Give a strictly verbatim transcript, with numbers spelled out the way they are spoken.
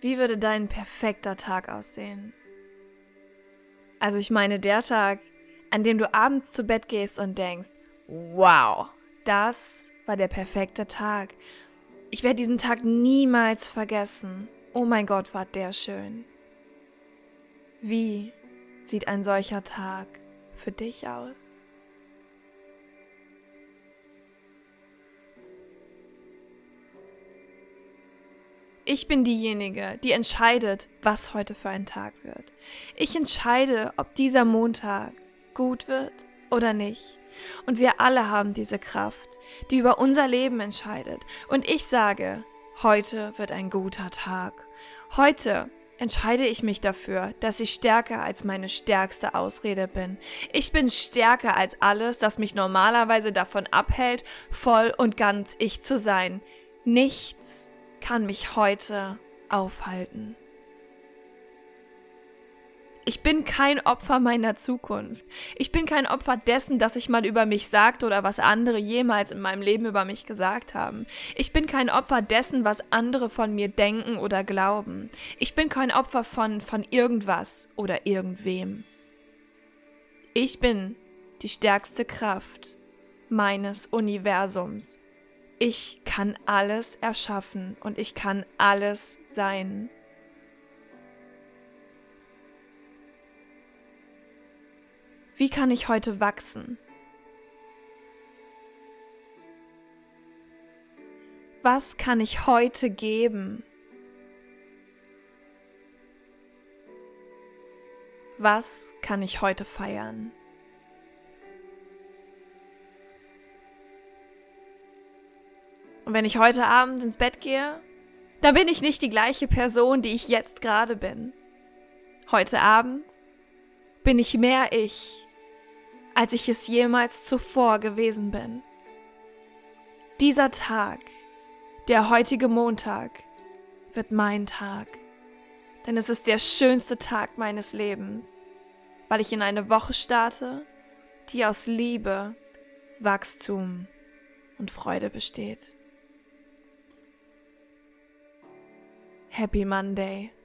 Wie würde dein perfekter Tag aussehen? Also ich meine der Tag, an dem du abends zu Bett gehst und denkst, wow, das war der perfekte Tag. Ich werde diesen Tag niemals vergessen. Oh mein Gott, war der schön. Wie sieht ein solcher Tag für dich aus? Ich bin diejenige, die entscheidet, was heute für ein Tag wird. Ich entscheide, ob dieser Montag gut wird oder nicht. Und wir alle haben diese Kraft, die über unser Leben entscheidet. Und ich sage, heute wird ein guter Tag. Heute entscheide ich mich dafür, dass ich stärker als meine stärkste Ausrede bin. Ich bin stärker als alles, das mich normalerweise davon abhält, voll und ganz ich zu sein. Nichts kann mich heute aufhalten. Ich bin kein Opfer meiner Zukunft. Ich bin kein Opfer dessen, dass ich mal über mich sagte oder was andere jemals in meinem Leben über mich gesagt haben. Ich bin kein Opfer dessen, was andere von mir denken oder glauben. Ich bin kein Opfer von, von irgendwas oder irgendwem. Ich bin die stärkste Kraft meines Universums. Ich kann alles erschaffen und ich kann alles sein. Wie kann ich heute wachsen? Was kann ich heute geben? Was kann ich heute feiern? Und wenn ich heute Abend ins Bett gehe, dann bin ich nicht die gleiche Person, die ich jetzt gerade bin. Heute Abend bin ich mehr ich, als ich es jemals zuvor gewesen bin. Dieser Tag, der heutige Montag, wird mein Tag, denn es ist der schönste Tag meines Lebens, weil ich in eine Woche starte, die aus Liebe, Wachstum und Freude besteht. Happy Monday.